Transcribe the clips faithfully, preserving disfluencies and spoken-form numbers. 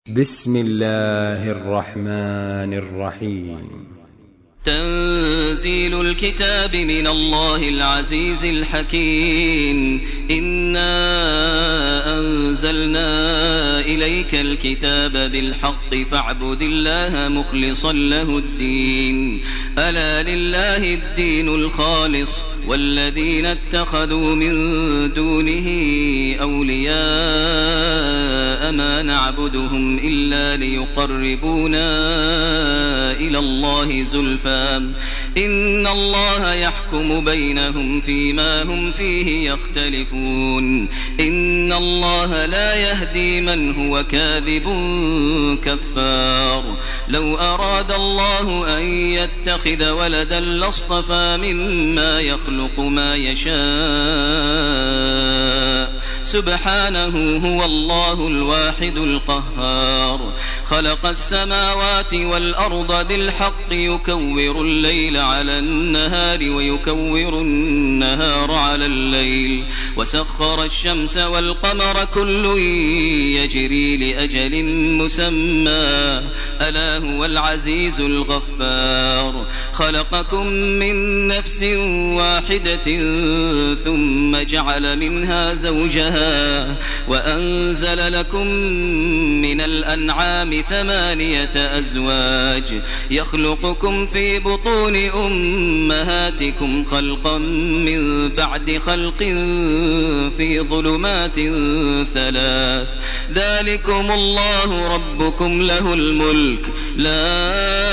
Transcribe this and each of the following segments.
بسم الله الرحمن الرحيم. تنزيل الكتاب من الله العزيز الحكيم. إنا أنزلنا إليك الكتاب بالحق فاعبد الله مخلصا له الدين. ألا لله الدين الخالص والذين اتخذوا من دونه أولياء ما نعبدهم إلا ليقربونا إلى الله زلفى إن الله يحكم بينهم فيما هم فيه يختلفون. إن الله لا يهدي من هو كاذب كفار. لو أراد الله أن يتخذ ولدا لاصطفى مما يخلق ما يشاء سبحانه هو الله الواحد القهار. خلق السماوات والأرض بالحق يكور الليل على النهار ويكور النهار على الليل وسخر الشمس والقمر كل يجري لأجل مسمى ألا هو العزيز الغفار. خلقكم من نفس واحدة ثم جعل منها زوجها وأنزل لكم من الأنعام ثمانية أزواج يخلقكم في بطون أمهاتكم خلقا من بعد خلق في ظلمات ثلاث. ذلكم الله ربكم له الملك لا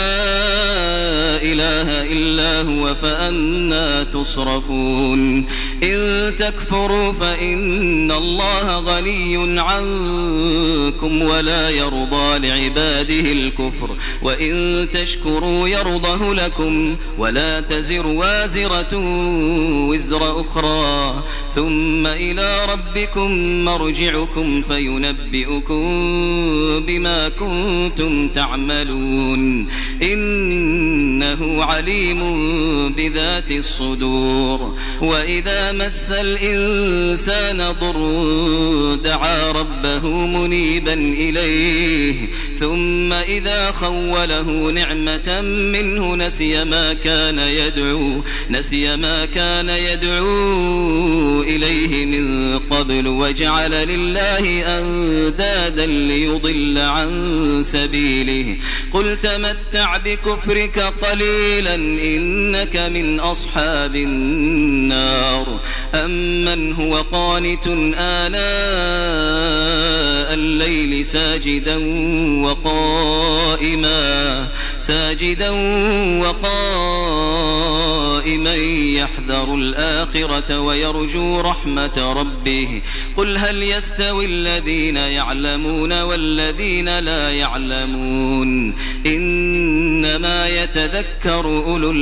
إله إلا هو فأنى تصرفون. إن تكفروا فإن الله غني عنكم ولا يرضى لعباده الكفر وإن تشكروا يرضه لكم ولا تزر وازرة وزر أخرى ثم إلى ربكم مرجعكم فينبئكم بما كنتم تعملون. إنه عليم بذات الصدور. وإذا مس الإنسان ضر دعا ربه منيبا إليه ثم إذا خوله نعمة منه نسي ما كان يدعو نسي ما كان يدعو إليه من قبل وجعل لله أندادا ليضل عن سبيله. قل تمتع بكفرك قليلا إنك من أصحاب النار. أمن هو قانت آناء الليل ساجدا وقائما ساجدا وقائما يحذر الآخرة ويرجو رحمة ربه. قل هل يستوي الذين يعلمون والذين لا يعلمون إنما يتذكر أولو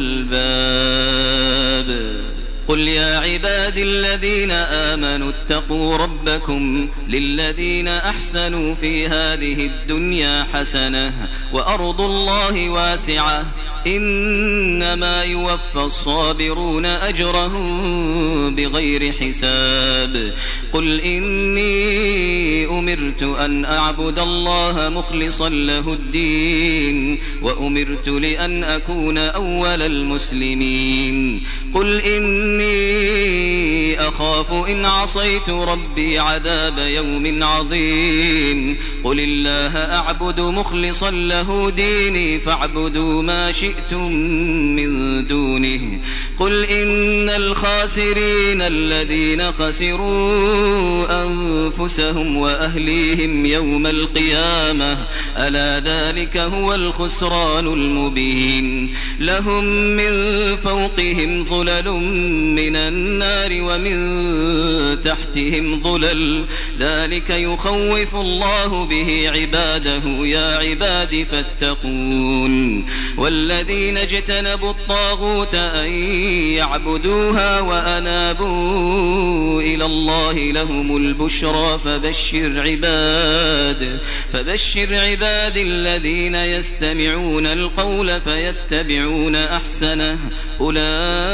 الألباب. قل يا عباد الذين آمنوا اتقوا ربكم للذين أحسنوا في هذه الدنيا حسنة وأرض الله واسعة إنما يوفى الصابرون أجرهم بغير حساب. قل إني أمرت أن أعبد الله مخلصا له الدين وأمرت لأن أكون أول المسلمين. قل إني أخاف إن عصيت ربي عذاب يوم عظيم. قل الله أعبد مخلصا له ديني فاعبدوا ما شئتم من دونه. قل إن الخاسرين الذين خسروا أنفسهم وأهليهم يوم القيامة ألا ذلك هو الخسران المبين. لهم من فوقهم ظلل من النار ومن تحتهم ظلل ذلك يخوف الله به عباده يا عباد فاتقون. والذين اجتنبوا الطاغوت أن يعبدوها وأنابوا إلى الله لهم البشرى فبشر عباد فبشر عباد الذين يستمعون القول فيتبعون أحسنه أولئك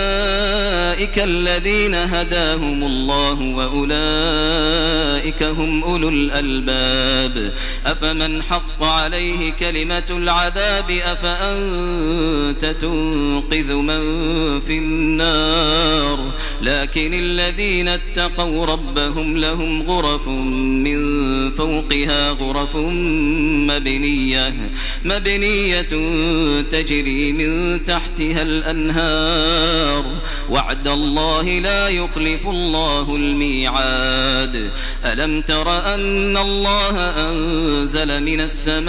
الذين هداهم الله وأولئك هم أولو الألباب أفمن حق عليه كلمة العذاب أفأنت تنقذ من في النار لكن الذين اتقوا ربهم لهم غرف من فوقها غرف مبنية مبنية تجري من تحتها الأنهار وعد الله لا يخلف الله الميعاد ألم تر أن الله أنزل من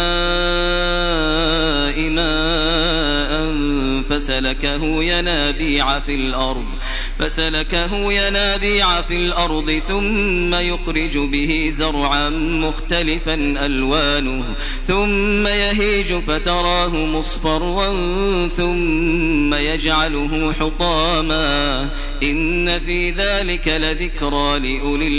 السماء ماء فسلكه ينابيع في الأرض فسلكه ينابيع في الأرض ثم يخرج به زرعا مختلفا ألوانه ثم يهيج فتراه مصفرا ثم يجعله حطاما إن في ذلك لذكرى لأولي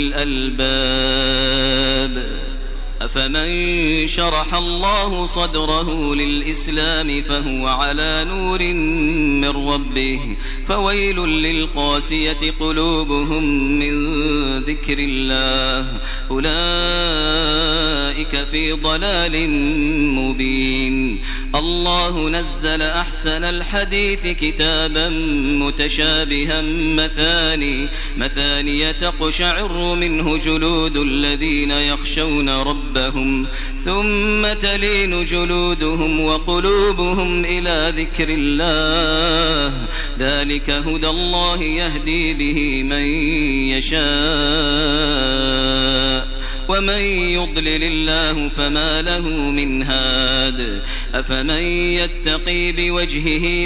الألباب أفمن شرح الله صدره للإسلام فهو على نور من ربه فويل للقاسية قلوبهم من ذكر الله أولئك في ضلال مبين الله نزل أحسن الحديث كتابا متشابها مثاني مثاني تقشعر منه جلود الذين يخشون ربهم ربهم ثم تلين جلودهم وقلوبهم إلى ذكر الله ذلك هدى الله يهدي به من يشاء ومن يضلل الله فما له من هاد أفمن يتقي بوجهه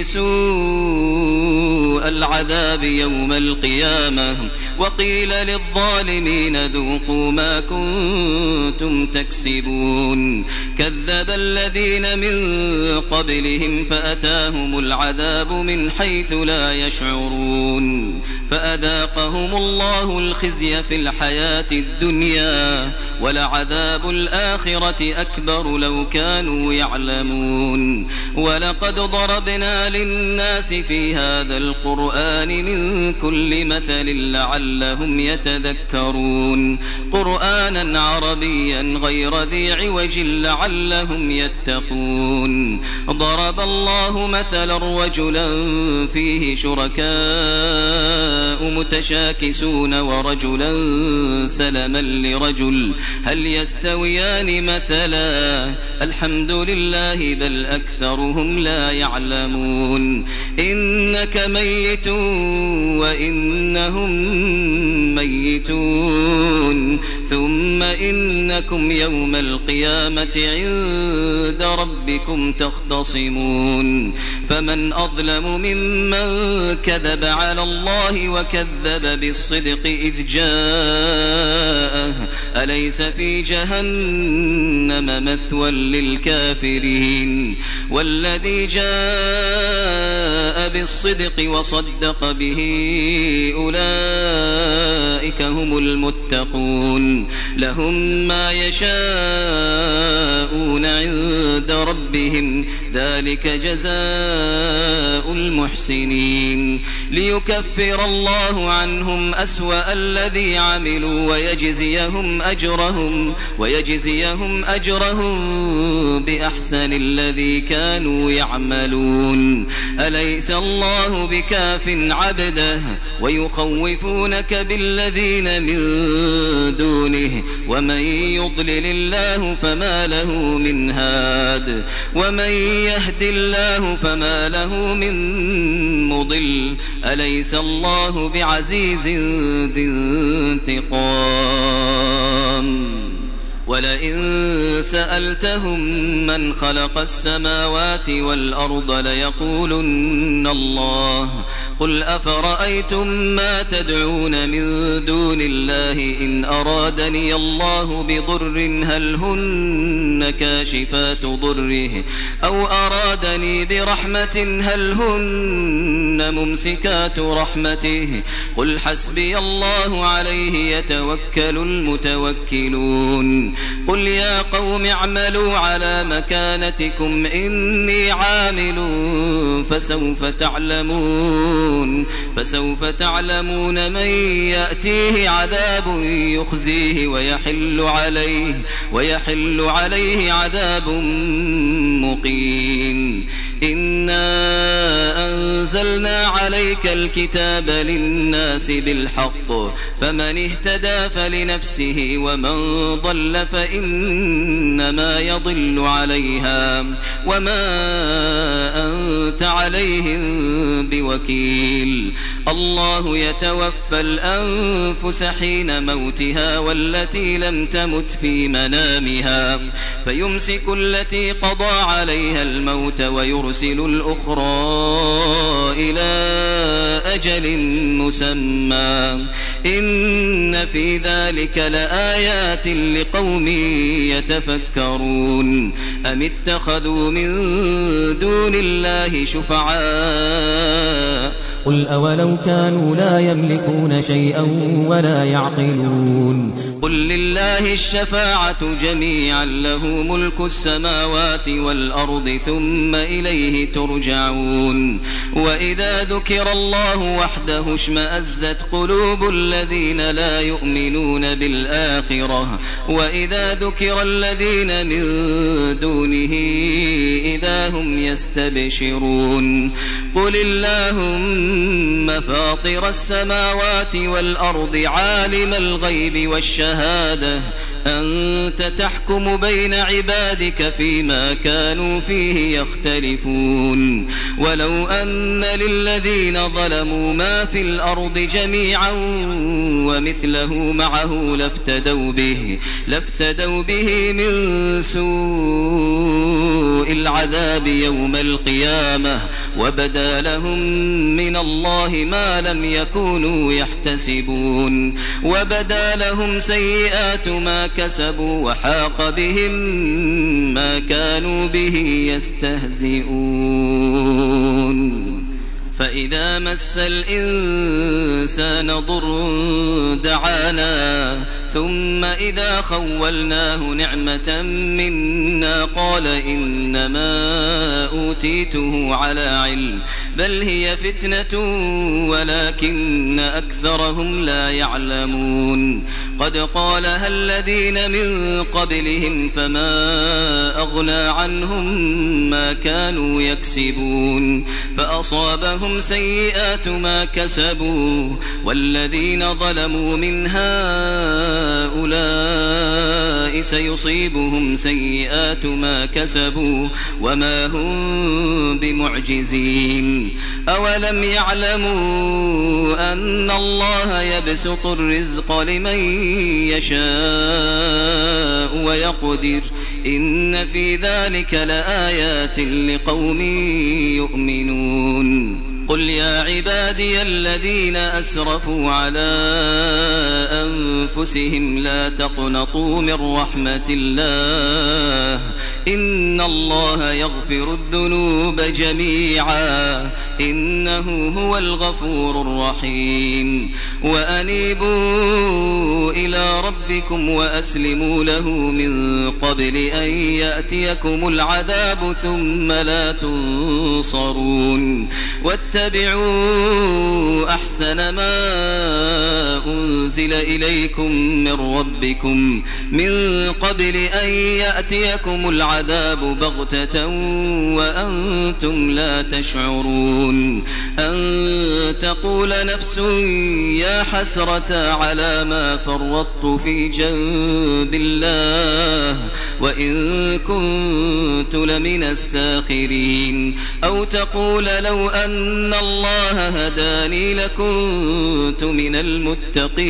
سوء العذاب يوم القيامة وقيل للظالمين ذوقوا ما كنتم تكسبون كذب الذين من قبلهم فأتاهم العذاب من حيث لا يشعرون فأذاقهم الله الخزي في الحياة الدنيا ولعذاب الآخرة أكبر لو كانوا يعلمون ولقد ضربنا للناس في هذا القرآن من كل مثل لعلهم يتذكرون قرآنا عربيا غير ذي عوج لعلهم يتقون ضرب الله مثلا رجلا فيه شركاء متشاكسون ورجلا سلما لرجل هل يستويان مثلا الحمد لله بل أكثرهم لا يعلمون إنك ميت وإنهم ميتون ثم إنكم يوم القيامة عند ربكم تختصمون فمن أظلم ممن كذب على الله وكذب بالصدق إذ جاءه أليس في جهنم مثوى للكافرين والذي جاء بالصدق وصدق به أولئك هم المتقون لهم ما يشاءون عند ربهم ذلك جزاء المحسنين ليكفر الله عنهم أسوأ الذي عملوا ويجزيهم أجرهم ويجزيهم أجرهم بأحسن الذي كانوا يعملون أليس الله بكاف عبده ويخوفونك بالذين من دونه ومن يضلل الله فما له من هاد ومن يهد الله فما له من مضل أليس الله بعزيز ذي انتقام ولئن سألتهم من خلق السماوات والأرض ليقولن الله قل أفرأيتم ما تدعون من دون الله إن أرادني الله بضر هل هن كاشفات ضره أو أرادني برحمة هل هن ممسكات رحمته قل حسبي الله عليه يتوكل المتوكلون قل يا قوم اعملوا على مكانتكم إني عامل فسوف تعلمون فسوف تعلمون من يأتيه عذاب يخزيه ويحل عليه ويحل عليه عذاب مقيم إنا أنزلنا عليك الكتاب للناس بالحق فمن اهتدى فلنفسه ومن ضل فإنما يضل عليها وما أنت عليهم بوكيل الله يتوفى الأنفس حين موتها والتي لم تمت في منامها فيمسك التي قضى عليها الموت ويرسل الأخرى إلى أجل مسمى إن في ذلك لآيات لقوم يتفكرون أم اتخذوا من دون الله شفعاء قل أولو كانوا لا يملكون شيئا ولا يعقلون قل لله الشفاعة جميعا له ملك السماوات والأرض ثم إليه ترجعون وإذا ذكر الله وحده اشمأزت قلوب الذين لا يؤمنون بالآخرة وإذا ذكر الذين من دونه إذا هم يستبشرون قل اللهم فاطر السماوات والأرض عالم الغيب والشهادة أنت تحكم بين عبادك فيما كانوا فيه يختلفون ولو أن للذين ظلموا ما في الأرض جميعا ومثله معه لافتدوا به لافتدوا به من سوء العذاب يوم القيامة وبدا لهم من الله ما لم يكونوا يحتسبون وبدا لهم سيئات ما كسبوا وحاق بهم ما كانوا به يستهزئون فإذا مس الإنسان ضر دعانا ثم إذا خولناه نعمة منا قال إنما أوتيته على علم بل هي فتنة ولكن أكثرهم لا يعلمون قد قالها الذين من قبلهم فما أغنى عنهم ما كانوا يكسبون فأصابهم سيئات ما كسبوا والذين ظلموا من هؤلاء سيصيبهم سيئات ما كسبوا وما هم بمعجزين أولم يعلموا أن الله يبسط الرزق لمن يشاء ويقدر إن في ذلك لآيات لقوم يؤمنون قل يا عبادي الذين أسرفوا على أنفسهم لا تقنطوا من رحمة الله إن الله يغفر الذنوب جميعا إنه هو الغفور الرحيم وأنيبوا إلى ربكم وأسلموا له من قبل أن يأتيكم العذاب ثم لا تنصرون واتبعوا أحسن ما أنزل إليكم من ربكم من قبل أن يأتيكم العذاب بغتة وأنتم لا تشعرون أن تقول نفس يا حسرة على ما فرطت في جنب الله وإن كنت لمن الساخرين أو تقول لو أن الله هداني لكنت من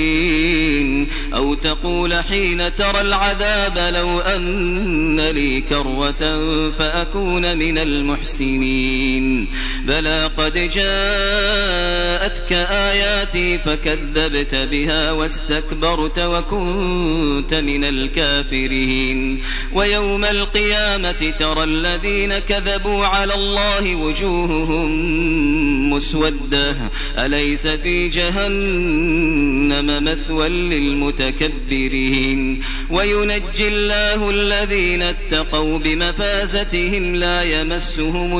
المتقين أو تقول حين ترى العذاب لو أن لي كروة فأكون من المحسنين بلى قد جاءتك آياتي فكذبت بها واستكبرت وكنت من الكافرين ويوم القيامة ترى الذين كذبوا على الله وجوههم مسودة أليس في جهنم مثوى للمتكبرين وينجي الله الذين اتقوا بمفازتهم لا يمسهم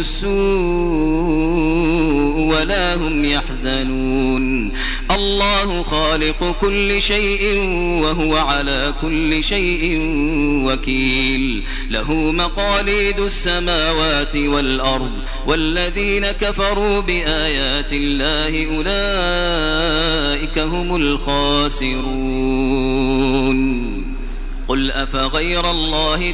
السوء ولا هم يحزنون الله خالق كل شيء وهو على كل شيء وكيل له مقاليد السماوات والأرض والذين كفروا بآيات الله أولئك هم الخاسرون قل أفغير الله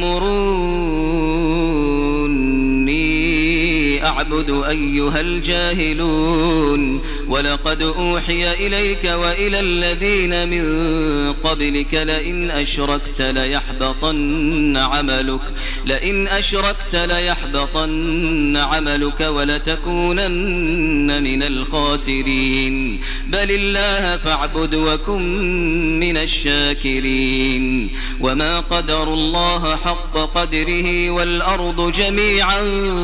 تأمروني أعبد أيها الجاهلون ولقد أوحي إليك وإلى الذين من قبلك لئن أشركت ليحبطن عملك لئن أشركت ليحبطن عملك ولتكونن من الخاسرين بل الله فاعبد وكن من الشاكرين وما قدر الله حق قدره والأرض جميعا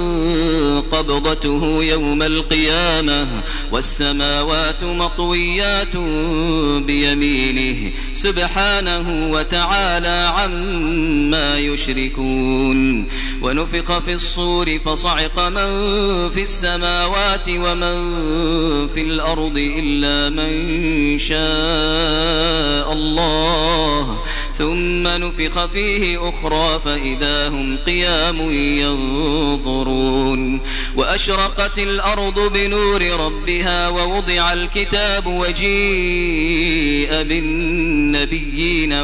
قبضته يوم القيامة والسماوات مطويات بيمينه سبحانه وتعالى عما يشركون ونفخ في الصور فصعق من في السماوات ومن في الأرض إلا من شاء الله ثم نفخ فيه أخرى فإذا هم قيام ينظرون وأشرقت الأرض بنور ربها ووضع الكتاب وجيء بالنبيين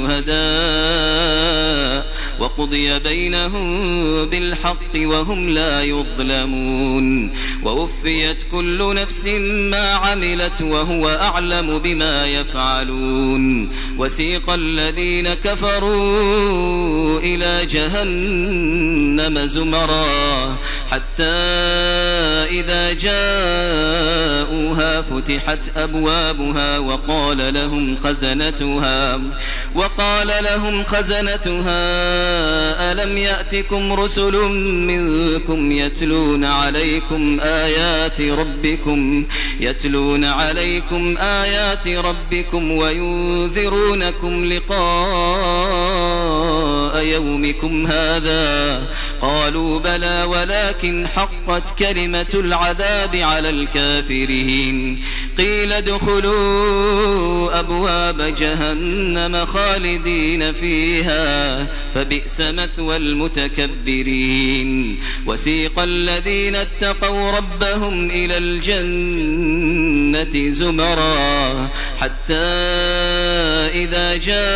والشهداء وقضي بينهم بالحق وهم لا يظلمون ووفيت كل نفس ما عملت وهو أعلم بما يفعلون وسيق الذين كفروا إلى جهنم زمرا حتى إذا جاءوها فتحت أبوابها وقال لهم خزنتها وقال لهم خزنتها ألم يأتكم رسل منكم يتلون عليكم آيات ربكم يتلون عليكم آيات ربكم وينذرونكم لقاء يومكم هذا قالوا بلى ولكن حقت كلمة العذاب على الكافرين قيل ادخلوا أبواب جهنم خالدين فيها فبئس مثوى المتكبرين وسيق الذين اتقوا ربهم إلى الجنة زمرا حتى إذا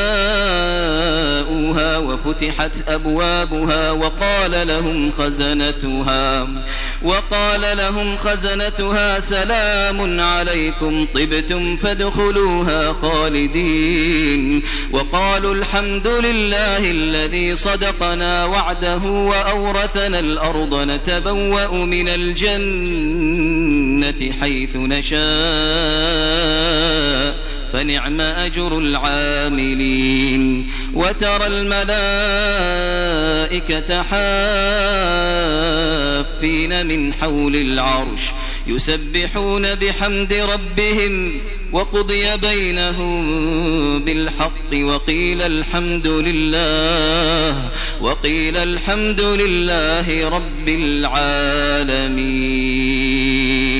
جاءوها وفتحت أبوابها وقال لهم خزنتها وقال لهم خزنتها سلام عليكم طبتم فادخلوها خالدين وقالوا الحمد لله الذي صدقنا وعده وأورثنا الأرض نتبوأ من الجنة حيث نشاء فنعم أجر العاملين وترى الملائكة حافين من حول العرش يسبحون بحمد ربهم وقضي بينهم بالحق وقيل الحمد لله وقيل الحمد لله رب العالمين.